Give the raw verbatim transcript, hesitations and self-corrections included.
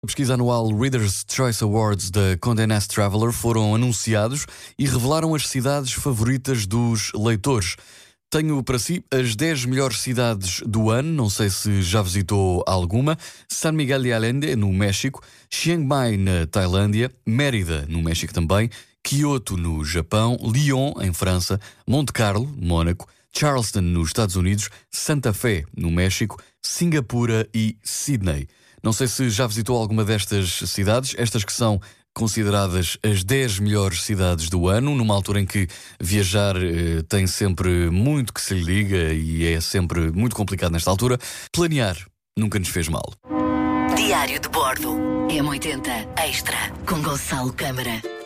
A pesquisa anual Reader's Choice Awards da Condé Nast Traveler foram anunciados e revelaram as cidades favoritas dos leitores. Tenho para si as dez melhores cidades do ano, não sei se já visitou alguma. San Miguel de Allende, no México, Chiang Mai, na Tailândia, Mérida, no México também, Kyoto, no Japão, Lyon, em França, Monte Carlo, Mônaco, Charleston, nos Estados Unidos, Santa Fé, no México, Singapura e Sydney. Não sei se já visitou alguma destas cidades, estas que são consideradas as dez melhores cidades do ano, numa altura em que viajar eh, tem sempre muito que se lhe diga e é sempre muito complicado nesta altura. Planear nunca nos fez mal. Diário de Bordo M oitenta Extra com Gonçalo Câmara.